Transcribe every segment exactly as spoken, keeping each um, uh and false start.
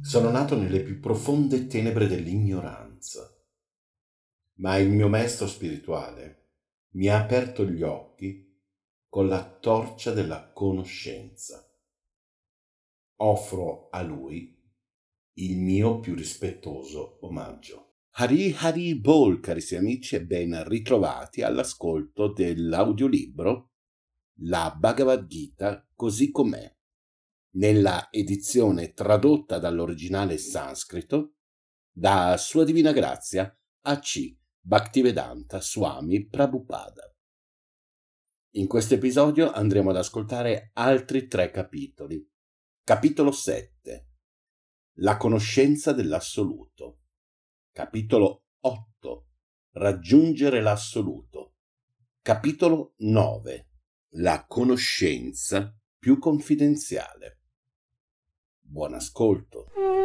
Sono nato nelle più profonde tenebre dell'ignoranza, ma il mio maestro spirituale mi ha aperto gli occhi con la torcia della conoscenza. Offro a lui il mio più rispettoso omaggio. Hari Hari Bol, carissimi amici, e ben ritrovati all'ascolto dell'audiolibro La Bhagavad Gita così com'è, nella edizione tradotta dall'originale sanscrito da Sua Divina Grazia A C Bhaktivedanta Swami Prabhupada. In questo episodio andremo ad ascoltare altri tre capitoli. Capitolo sette. La conoscenza dell'assoluto. Capitolo otto. Raggiungere l'assoluto. Capitolo nove. La conoscenza più confidenziale. Buon ascolto.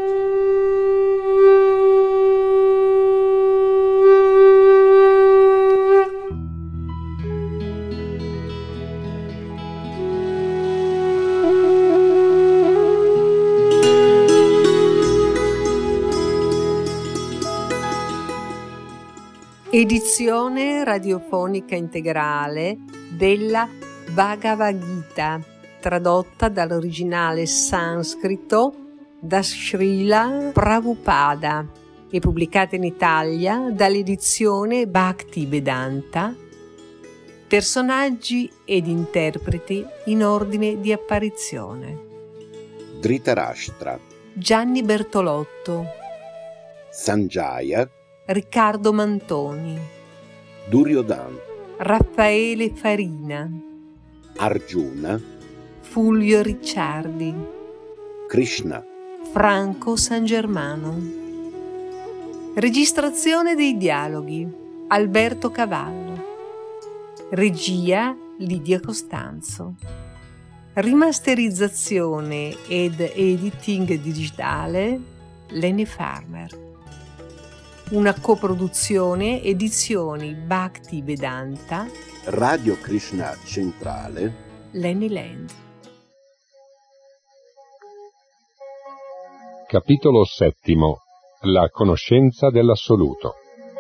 Edizione radiofonica integrale della Bhagavad Gita, tradotta dall'originale sanscrito da Srila Prabhupada e pubblicata in Italia dall'edizione Bhaktivedanta. Personaggi ed interpreti in ordine di apparizione: Dhritarashtra, Gianni Bertolotto, Sanjaya, Riccardo Mantoni, Duryodhana, Raffaele Farina, Arjuna, Fulvio Ricciardi, Krishna, Franco San Germano. Registrazione dei dialoghi: Alberto Cavallo. Regia: Lidia Costanzo. Rimasterizzazione ed editing digitale: Lenny Farmer. Una coproduzione edizioni Bhaktivedanta, Radio Krishna Centrale, Lenny Land. Capitolo settimo. La conoscenza dell'assoluto.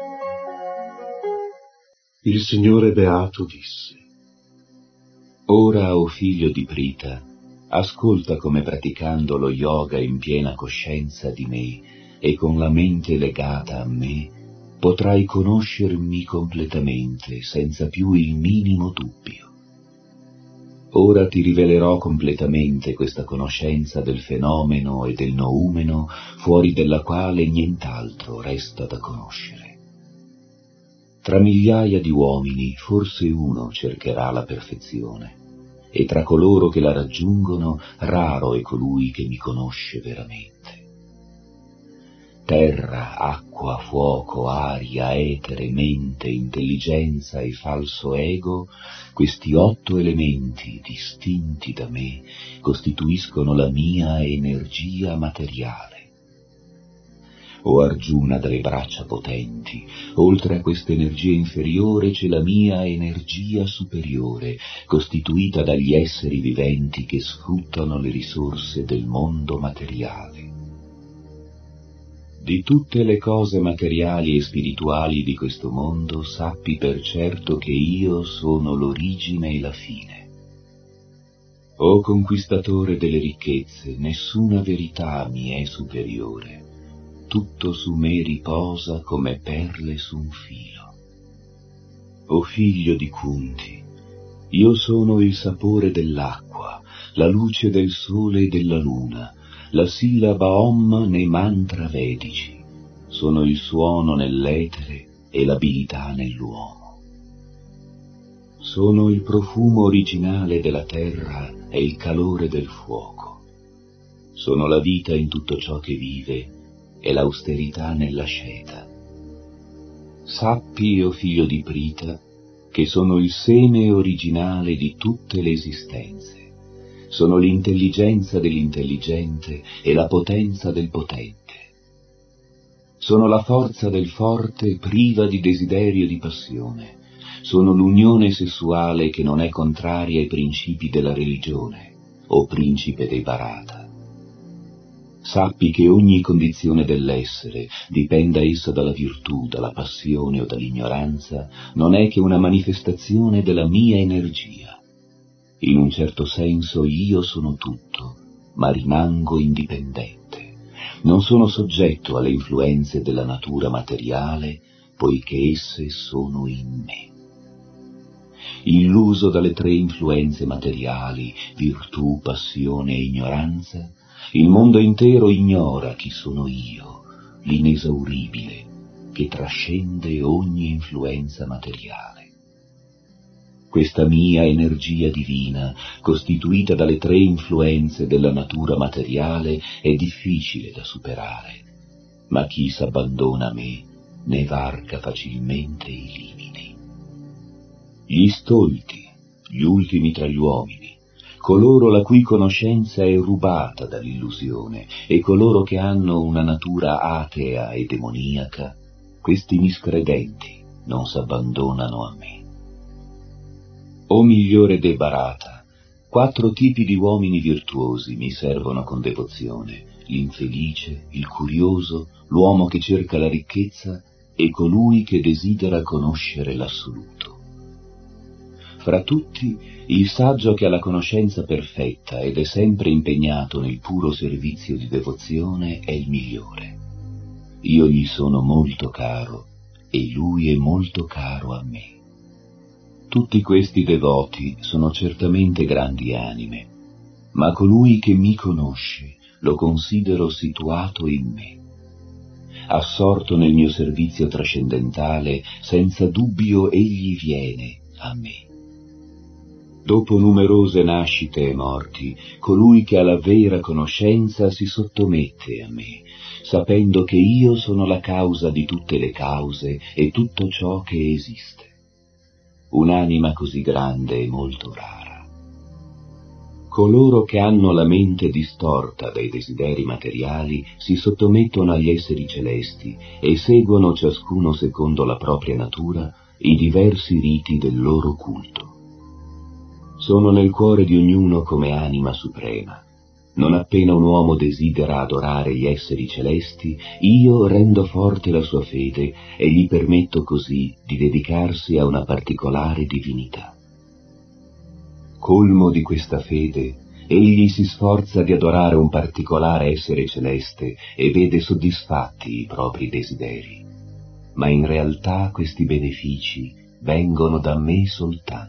Il Signore Beato disse: Ora, o figlio di Prita, ascolta come praticando lo yoga in piena coscienza di me e con la mente legata a me, potrai conoscermi completamente, senza più il minimo dubbio. Ora ti rivelerò completamente questa conoscenza del fenomeno e del noumeno, fuori della quale nient'altro resta da conoscere. Tra migliaia di uomini forse uno cercherà la perfezione, e tra coloro che la raggiungono raro è colui che mi conosce veramente. Terra, acqua, fuoco, aria, etere, mente, intelligenza e falso ego, questi otto elementi distinti da me costituiscono la mia energia materiale. O Arjuna dalle braccia potenti, oltre a questa energia inferiore c'è la mia energia superiore, costituita dagli esseri viventi che sfruttano le risorse del mondo materiale. Di tutte le cose materiali e spirituali di questo mondo sappi per certo che io sono l'origine e la fine. O conquistatore delle ricchezze, nessuna verità mi è superiore. Tutto su me riposa come perle su un filo. O figlio di Kunti, io sono il sapore dell'acqua, la luce del sole e della luna, la sillaba Om nei mantra vedici, sono il suono nell'etere e l'abilità nell'uomo. Sono il profumo originale della terra e il calore del fuoco. Sono la vita in tutto ciò che vive e l'austerità nell'asceta. Sappi, o figlio di Prita, che sono il seme originale di tutte le esistenze. Sono l'intelligenza dell'intelligente e la potenza del potente. Sono la forza del forte priva di desiderio e di passione. Sono l'unione sessuale che non è contraria ai principi della religione, o principe dei Bharata. sappi che ogni condizione dell'essere, dipenda essa dalla virtù, dalla passione o dall'ignoranza, non è che una manifestazione della mia energia. In un certo senso io sono tutto, ma rimango indipendente. Non sono soggetto alle influenze della natura materiale, poiché esse sono in me. Illuso dalle tre influenze materiali, virtù, passione e ignoranza, il mondo intero ignora chi sono io, l'inesauribile, che trascende ogni influenza materiale. Questa mia energia divina, costituita dalle tre influenze della natura materiale, è difficile da superare, ma chi s'abbandona a me ne varca facilmente i limiti. Gli stolti, gli ultimi tra gli uomini, coloro la cui conoscenza è rubata dall'illusione e coloro che hanno una natura atea e demoniaca, questi miscredenti non s'abbandonano a me. O migliore de Bharata, quattro tipi di uomini virtuosi mi servono con devozione: l'infelice, il curioso, l'uomo che cerca la ricchezza e colui che desidera conoscere l'assoluto. Fra tutti, il saggio che ha la conoscenza perfetta ed è sempre impegnato nel puro servizio di devozione è il migliore. Io gli sono molto caro e lui è molto caro a me. Tutti questi devoti sono certamente grandi anime, ma colui che mi conosce lo considero situato in me. Assorto nel mio servizio trascendentale, senza dubbio egli viene a me. Dopo numerose nascite e morti, colui che ha la vera conoscenza si sottomette a me, sapendo che io sono la causa di tutte le cause e tutto ciò che esiste. Un'anima così grande è molto rara. Coloro che hanno la mente distorta dai desideri materiali si sottomettono agli esseri celesti e seguono ciascuno secondo la propria natura i diversi riti del loro culto. Sono nel cuore di ognuno come anima suprema. Non appena un uomo desidera adorare gli esseri celesti, io rendo forte la sua fede e gli permetto così di dedicarsi a una particolare divinità. Colmo di questa fede, egli si sforza di adorare un particolare essere celeste e vede soddisfatti i propri desideri. Ma in realtà questi benefici vengono da me soltanto.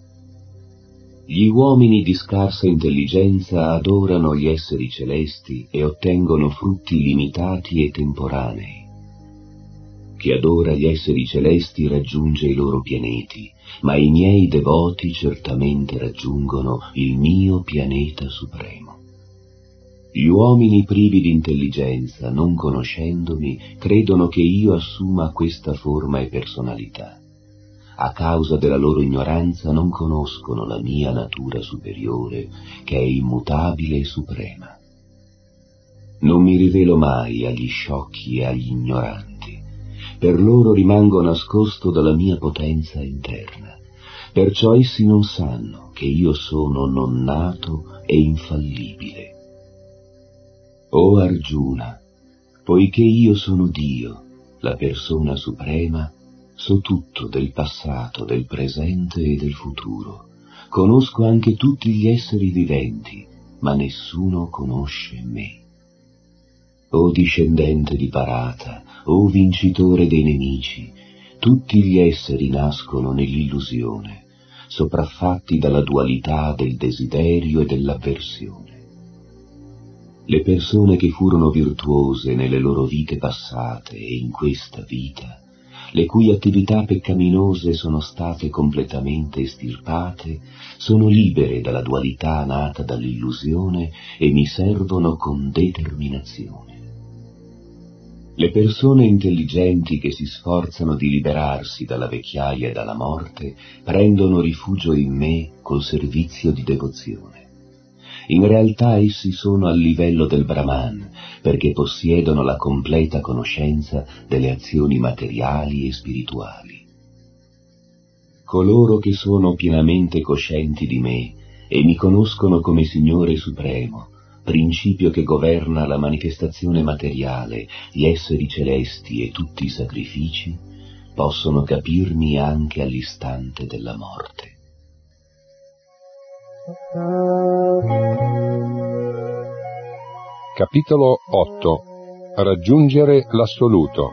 Gli uomini di scarsa intelligenza adorano gli esseri celesti e ottengono frutti limitati e temporanei. Chi adora gli esseri celesti raggiunge i loro pianeti, ma i miei devoti certamente raggiungono il mio pianeta supremo. Gli uomini privi di intelligenza, non conoscendomi, credono che io assuma questa forma e personalità. A causa della loro ignoranza non conoscono la mia natura superiore, che è immutabile e suprema. Non mi rivelo mai agli sciocchi e agli ignoranti. Per loro rimango nascosto dalla mia potenza interna. Perciò essi non sanno che io sono non nato e infallibile. O Arjuna, poiché io sono Dio, la persona suprema, so tutto del passato, del presente e del futuro. Conosco anche tutti gli esseri viventi, ma nessuno conosce me. O discendente di Bharata, o vincitore dei nemici, tutti gli esseri nascono nell'illusione, sopraffatti dalla dualità del desiderio e dell'avversione. Le persone che furono virtuose nelle loro vite passate e in questa vita, le cui attività peccaminose sono state completamente estirpate, sono libere dalla dualità nata dall'illusione e mi servono con determinazione. Le persone intelligenti che si sforzano di liberarsi dalla vecchiaia e dalla morte prendono rifugio in me col servizio di devozione. In realtà essi sono al livello del Brahman, perché possiedono la completa conoscenza delle azioni materiali e spirituali. Coloro che sono pienamente coscienti di me e mi conoscono come Signore Supremo, principio che governa la manifestazione materiale, gli esseri celesti e tutti i sacrifici, possono capirmi anche all'istante della morte. Capitolo otto. Raggiungere l'assoluto.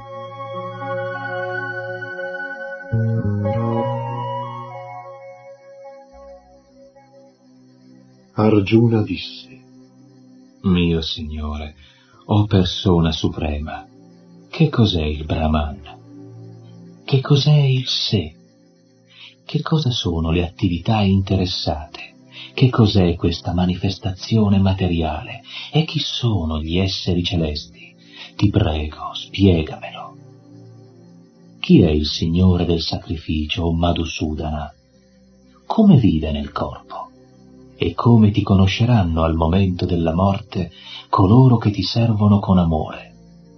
Arjuna disse: Mio Signore, o persona suprema, che cos'è il Brahman? Che cos'è il sé? Che cosa sono le attività interessate? Che cos'è questa manifestazione materiale? E chi sono gli esseri celesti? Ti prego, spiegamelo. Chi è il Signore del sacrificio, o Madhusudana? Come vive nel corpo? E come ti conosceranno al momento della morte coloro che ti servono con amore?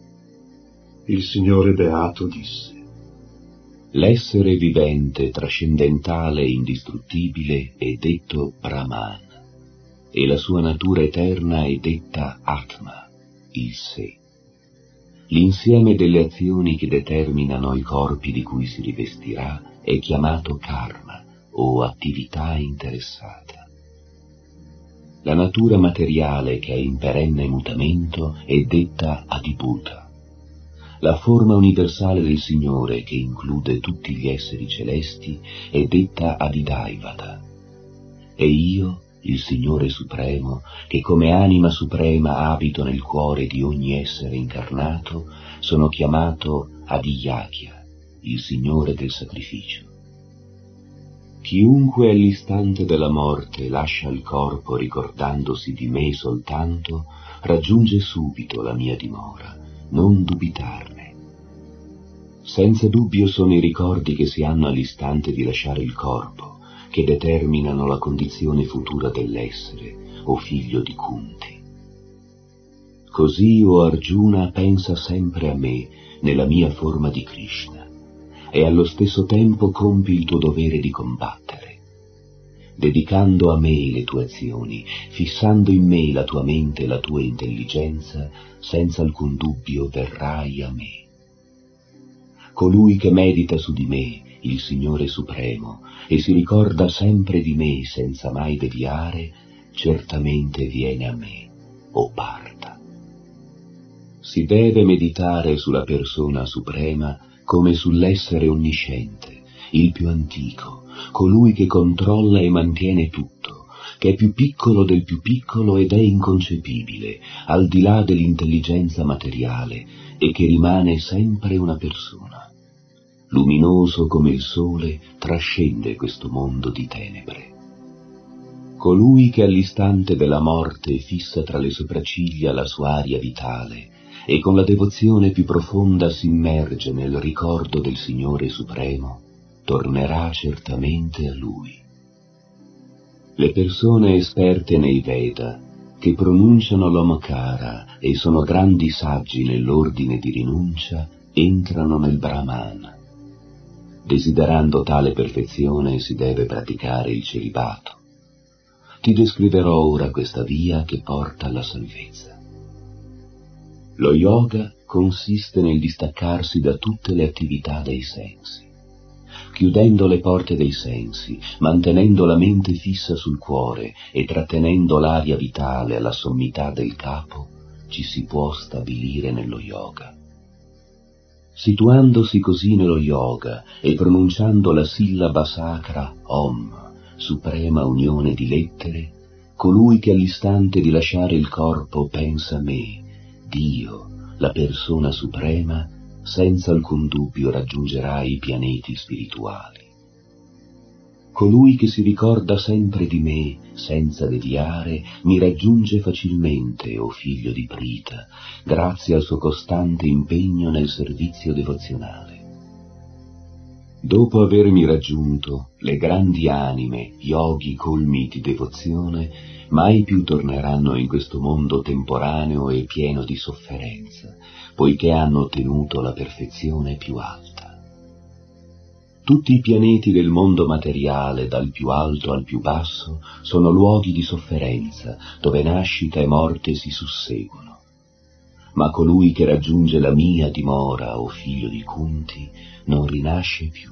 Il Signore Beato disse: L'essere vivente, trascendentale e indistruttibile è detto Brahman, e la sua natura eterna è detta Atma, il sé. L'insieme delle azioni che determinano i corpi di cui si rivestirà è chiamato karma o attività interessata. La natura materiale che è in perenne mutamento è detta Adibhuta. La forma universale del Signore, che include tutti gli esseri celesti, è detta Adidaivata. E io, il Signore Supremo, che come anima suprema abito nel cuore di ogni essere incarnato, sono chiamato Adiyakya, il Signore del sacrificio. Chiunque all'istante della morte lascia il corpo ricordandosi di me soltanto, raggiunge subito la mia dimora. Non dubitarne. Senza dubbio sono i ricordi che si hanno all'istante di lasciare il corpo, che determinano la condizione futura dell'essere, o figlio di Kunti. Così, o Arjuna, pensa sempre a me, nella mia forma di Krishna, e allo stesso tempo compi il tuo dovere di combattere. Dedicando a me le tue azioni, fissando in me la tua mente e la tua intelligenza, senza alcun dubbio verrai a me. Colui che medita su di me, il Signore Supremo, e si ricorda sempre di me senza mai deviare, certamente viene a me, o Partha. Si deve meditare sulla persona suprema come sull'essere onnisciente, il più antico, colui che controlla e mantiene tutto, che è più piccolo del più piccolo ed è inconcepibile, al di là dell'intelligenza materiale, e che rimane sempre una persona. Luminoso come il sole, trascende questo mondo di tenebre. Colui che all'istante della morte fissa tra le sopracciglia la sua aria vitale e con la devozione più profonda si immerge nel ricordo del Signore Supremo, tornerà certamente a Lui. Le persone esperte nei Veda, che pronunciano l'Omkara e sono grandi saggi nell'ordine di rinuncia, entrano nel Brahman. Desiderando tale perfezione si deve praticare il celibato. Ti descriverò ora questa via che porta alla salvezza. Lo yoga consiste nel distaccarsi da tutte le attività dei sensi. Chiudendo le porte dei sensi, mantenendo la mente fissa sul cuore e trattenendo l'aria vitale alla sommità del capo, ci si può stabilire nello yoga. Situandosi così nello yoga e pronunciando la sillaba sacra Om, suprema unione di lettere, colui che all'istante di lasciare il corpo pensa a me, Dio, la persona suprema, senza alcun dubbio raggiungerà i pianeti spirituali. Colui che si ricorda sempre di me, senza deviare, mi raggiunge facilmente, o figlio di Prita, grazie al suo costante impegno nel servizio devozionale. Dopo avermi raggiunto, le grandi anime, yogi colmi di devozione, mai più torneranno in questo mondo temporaneo e pieno di sofferenza, poiché hanno ottenuto la perfezione più alta. Tutti i pianeti del mondo materiale, dal più alto al più basso, sono luoghi di sofferenza, dove nascita e morte si susseguono. Ma colui che raggiunge la mia dimora, o figlio di Kunti, non rinasce più.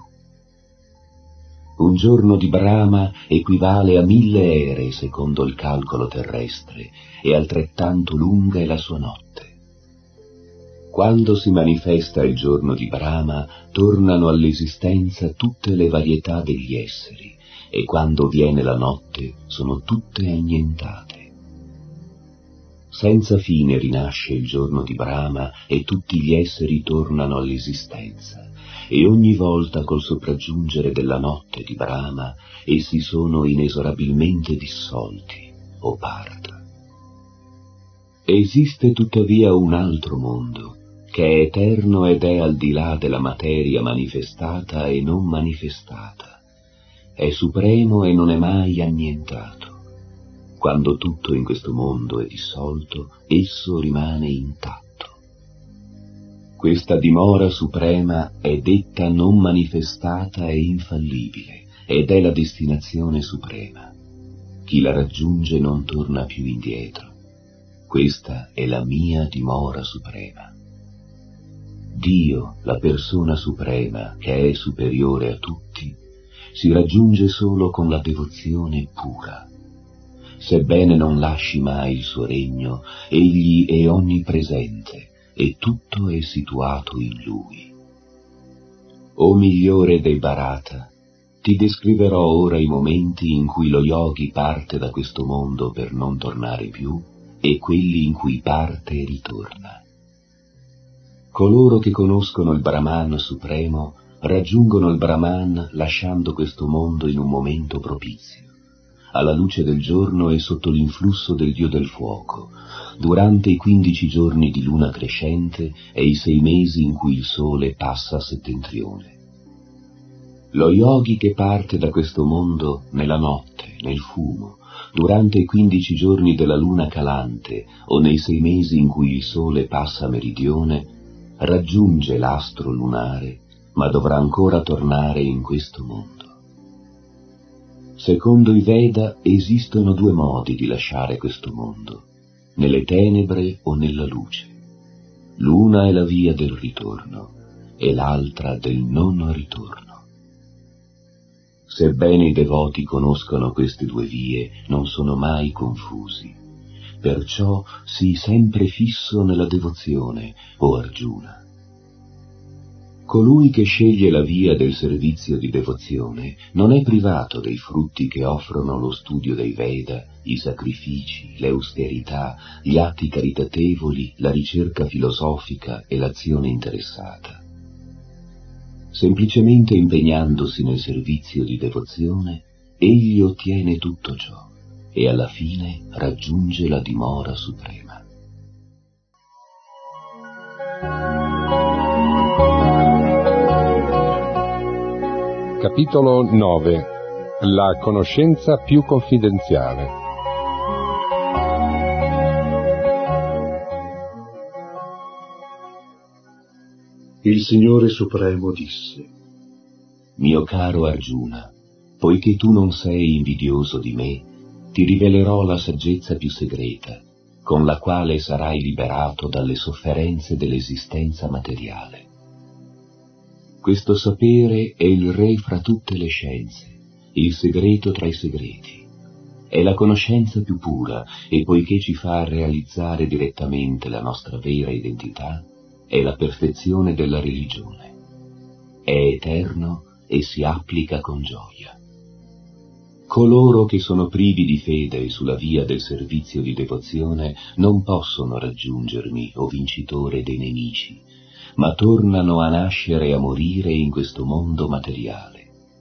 Un giorno di Brahma equivale a mille ere secondo il calcolo terrestre, e altrettanto lunga è la sua notte. Quando si manifesta il giorno di Brahma, tornano all'esistenza tutte le varietà degli esseri, e quando viene la notte sono tutte annientate. Senza fine rinasce il giorno di Brahma e tutti gli esseri tornano all'esistenza, e ogni volta col sopraggiungere della notte di Brahma essi sono inesorabilmente dissolti o parta. Esiste tuttavia un altro mondo, che è eterno ed è al di là della materia manifestata e non manifestata, è supremo e non è mai annientato. Quando tutto in questo mondo è dissolto, esso rimane intatto. Questa dimora suprema è detta non manifestata e infallibile, ed è la destinazione suprema. Chi la raggiunge non torna più indietro. Questa è la mia dimora suprema. Dio, la persona suprema, che è superiore a tutti, si raggiunge solo con la devozione pura. Sebbene non lasci mai il suo regno, egli è onnipresente e tutto è situato in lui. O migliore dei Bharata, ti descriverò ora i momenti in cui lo yogi parte da questo mondo per non tornare più e quelli in cui parte e ritorna. Coloro che conoscono il Brahman supremo raggiungono il Brahman lasciando questo mondo in un momento propizio, alla luce del giorno e sotto l'influsso del dio del fuoco, durante i quindici giorni di luna crescente e i sei mesi in cui il sole passa a settentrione. Lo yogi che parte da questo mondo nella notte, nel fumo, durante i quindici giorni della luna calante o nei sei mesi in cui il sole passa a meridione, raggiunge l'astro lunare, ma dovrà ancora tornare in questo mondo. Secondo i Veda esistono due modi di lasciare questo mondo, nelle tenebre o nella luce. L'una è la via del ritorno e l'altra del non ritorno. Sebbene i devoti conoscono queste due vie, non sono mai confusi. Perciò sii sempre fisso nella devozione, o Arjuna. Colui che sceglie la via del servizio di devozione non è privato dei frutti che offrono lo studio dei Veda, i sacrifici, le austerità, gli atti caritatevoli, la ricerca filosofica e l'azione interessata. Semplicemente impegnandosi nel servizio di devozione, egli ottiene tutto ciò e alla fine raggiunge la dimora suprema. Capitolo nove. La conoscenza più confidenziale. Il Signore Supremo disse: Mio caro Arjuna, poiché tu non sei invidioso di me, ti rivelerò la saggezza più segreta, con la quale sarai liberato dalle sofferenze dell'esistenza materiale. Questo sapere è il re fra tutte le scienze, il segreto tra i segreti. È la conoscenza più pura e poiché ci fa realizzare direttamente la nostra vera identità, è la perfezione della religione. È eterno e si applica con gioia. Coloro che sono privi di fede sulla via del servizio di devozione non possono raggiungermi, o vincitore dei nemici, ma tornano a nascere e a morire in questo mondo materiale.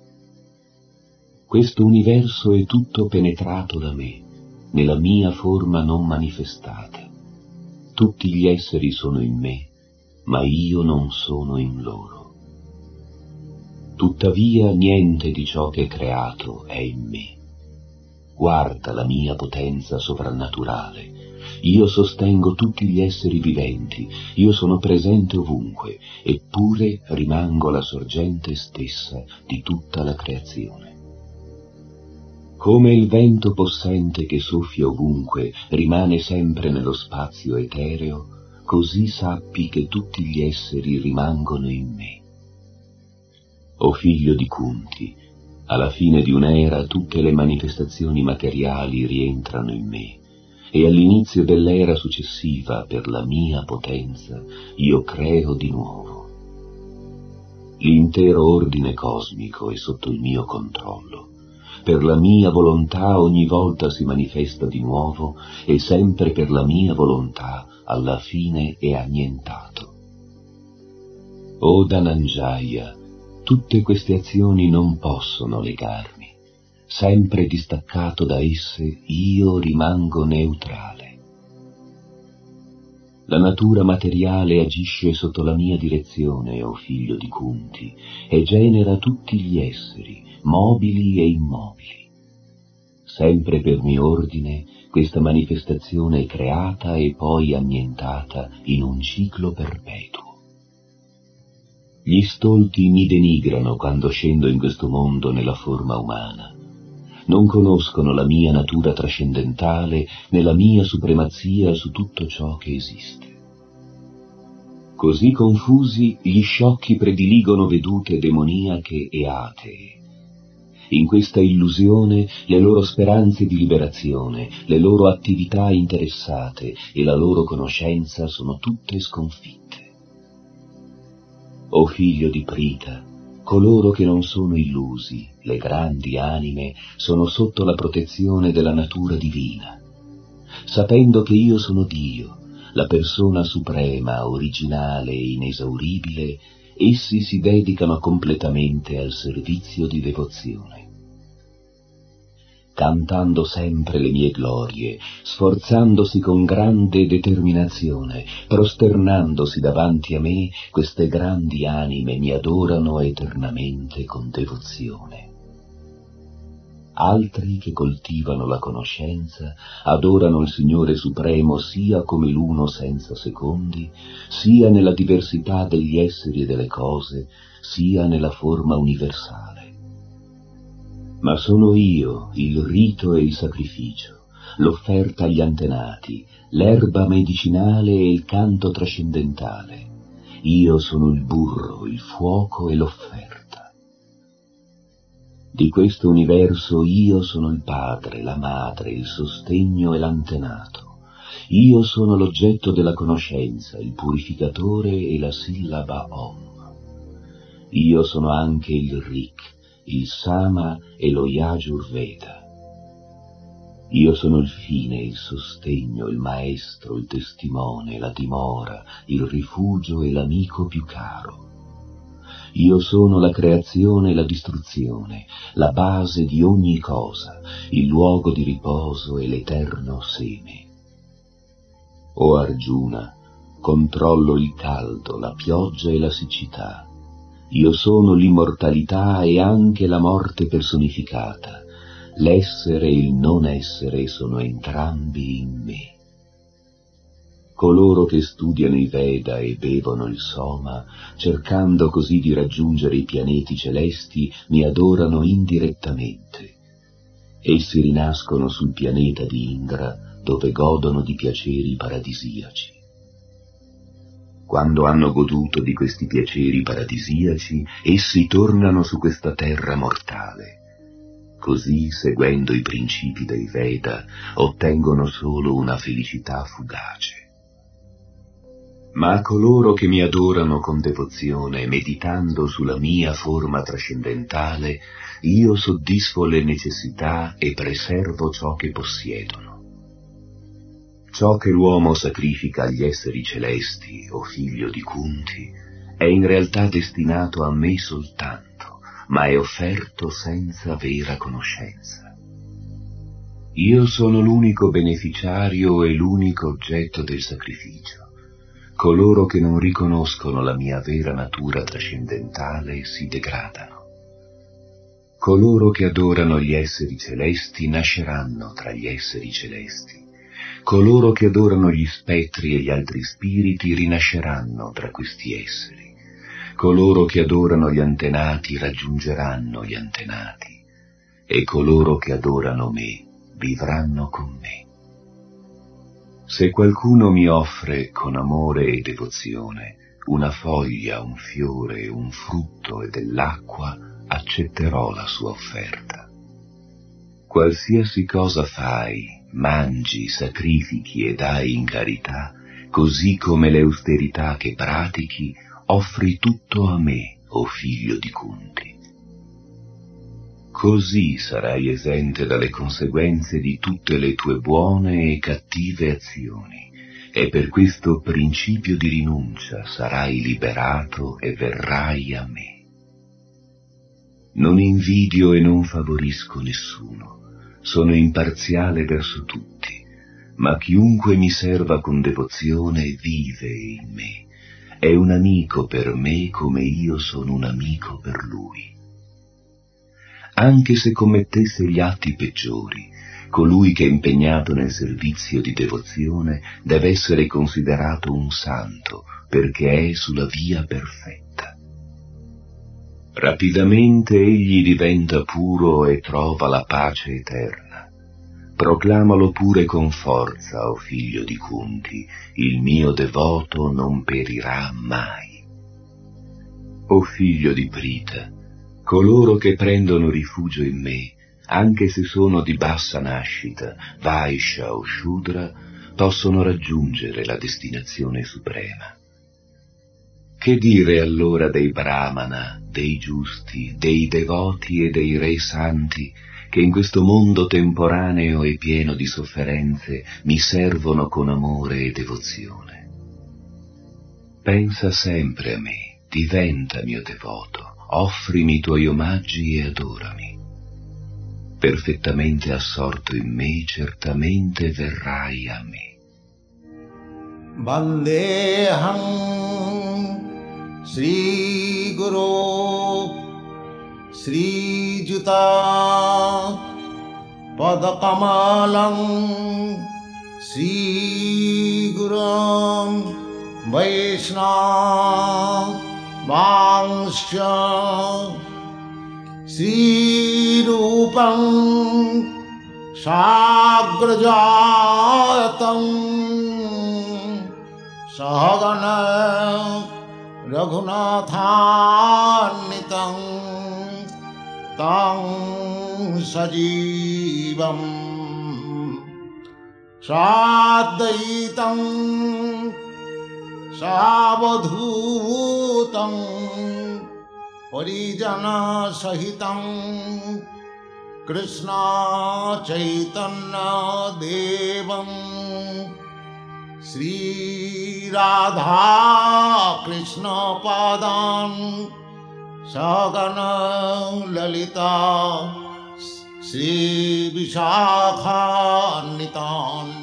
Questo universo è tutto penetrato da me, nella mia forma non manifestata. Tutti gli esseri sono in me, ma io non sono in loro. Tuttavia niente di ciò che è creato è in me. guarda la mia potenza sovrannaturale. Io sostengo tutti gli esseri viventi, io sono presente ovunque, eppure rimango la sorgente stessa di tutta la creazione. Come il vento possente che soffia ovunque rimane sempre nello spazio etereo, così sappi che tutti gli esseri rimangono in me. O figlio di Kunti, alla fine di un'era tutte le manifestazioni materiali rientrano in me, e all'inizio dell'era successiva, per la mia potenza, io creo di nuovo. L'intero ordine cosmico è sotto il mio controllo. Per la mia volontà ogni volta si manifesta di nuovo, e sempre per la mia volontà alla fine è annientato. O Dhananjaya, tutte queste azioni non possono legarmi. Sempre distaccato da esse, io rimango neutrale. La natura materiale agisce sotto la mia direzione, o figlio di Kunti, e genera tutti gli esseri, mobili e immobili. Sempre per mio ordine, questa manifestazione è creata e poi annientata in un ciclo perpetuo. Gli stolti mi denigrano quando scendo in questo mondo nella forma umana. Non conoscono la mia natura trascendentale né la mia supremazia su tutto ciò che esiste. Così confusi, gli sciocchi prediligono vedute demoniache e atee. In questa illusione le loro speranze di liberazione, le loro attività interessate e la loro conoscenza sono tutte sconfitte. O figlio di Prita, coloro che non sono illusi, le grandi anime, sono sotto la protezione della natura divina. Sapendo che io sono Dio, la persona suprema, originale e inesauribile, essi si dedicano completamente al servizio di devozione. Cantando sempre le mie glorie, sforzandosi con grande determinazione, prosternandosi davanti a me, queste grandi anime mi adorano eternamente con devozione. Altri che coltivano la conoscenza adorano il Signore Supremo sia come l'uno senza secondi, sia nella diversità degli esseri e delle cose, sia nella forma universale. Ma sono io il rito e il sacrificio, l'offerta agli antenati, l'erba medicinale e il canto trascendentale. Io sono il burro, il fuoco e l'offerta. Di questo universo io sono il padre, la madre, il sostegno e l'antenato. Io sono l'oggetto della conoscenza, il purificatore e la sillaba Om. Io sono anche il Rik, il Sama e lo Yajurveda. Io sono il fine, il sostegno, il maestro, il testimone, la dimora, il rifugio e l'amico più caro. Io sono la creazione e la distruzione, la base di ogni cosa, il luogo di riposo e l'eterno seme. O Arjuna, controllo il caldo, la pioggia e la siccità. Io sono l'immortalità e anche la morte personificata. L'essere e il non essere sono entrambi in me. Coloro che studiano i Veda e bevono il Soma, cercando così di raggiungere i pianeti celesti, mi adorano indirettamente. Essi rinascono sul pianeta di Indra, dove godono di piaceri paradisiaci. Quando hanno goduto di questi piaceri paradisiaci, essi tornano su questa terra mortale. Così, seguendo i principi dei Veda, ottengono solo una felicità fugace. Ma coloro che mi adorano con devozione, meditando sulla mia forma trascendentale, io soddisfo le necessità e preservo ciò che possiedono. Ciò che l'uomo sacrifica agli esseri celesti, o figlio di Kunti, è in realtà destinato a me soltanto, ma è offerto senza vera conoscenza. Io sono l'unico beneficiario e l'unico oggetto del sacrificio. Coloro che non riconoscono la mia vera natura trascendentale si degradano. Coloro che adorano gli esseri celesti nasceranno tra gli esseri celesti. Coloro che adorano gli spettri e gli altri spiriti rinasceranno tra questi esseri. Coloro che adorano gli antenati raggiungeranno gli antenati. E coloro che adorano me vivranno con me. Se qualcuno mi offre con amore e devozione una foglia, un fiore, un frutto e dell'acqua, accetterò la sua offerta. Qualsiasi cosa fai, mangi, sacrifichi e dai in carità, così come le austerità che pratichi, offri tutto a me, o figlio di Kunti. Così sarai esente dalle conseguenze di tutte le tue buone e cattive azioni, e per questo principio di rinuncia sarai liberato e verrai a me. Non invidio e non favorisco nessuno, sono imparziale verso tutti, ma chiunque mi serva con devozione vive in me, è un amico per me come io sono un amico per lui. Anche se commettesse gli atti peggiori, colui che è impegnato nel servizio di devozione deve essere considerato un santo, perché è sulla via perfetta. Rapidamente egli diventa puro e trova la pace eterna. Proclamalo pure con forza, o figlio di Kunti, il mio devoto non perirà mai. O figlio di Prita, coloro che prendono rifugio in me, anche se sono di bassa nascita, Vaishya o Shudra, possono raggiungere la destinazione suprema. Che dire allora dei Brahmana, dei giusti, dei devoti e dei re santi, che in questo mondo temporaneo e pieno di sofferenze mi servono con amore e devozione? Pensa sempre a me, diventa mio devoto, offrimi i tuoi omaggi e adorami. Perfettamente assorto in me, certamente verrai a me. Vandeham Sri Guru Sri Juta Padakamalam Sri Gurum Vaishnava Vangsha Sri Rupam Sagrajatam Sahagana Raghunathannitam Tang Sajivam Sadaitam Savadhutam Parijana Sahitam Krishna Chaitanya Devam Sri Radha Krishna Padan Sagana Lalita Sri Vishakha Nitan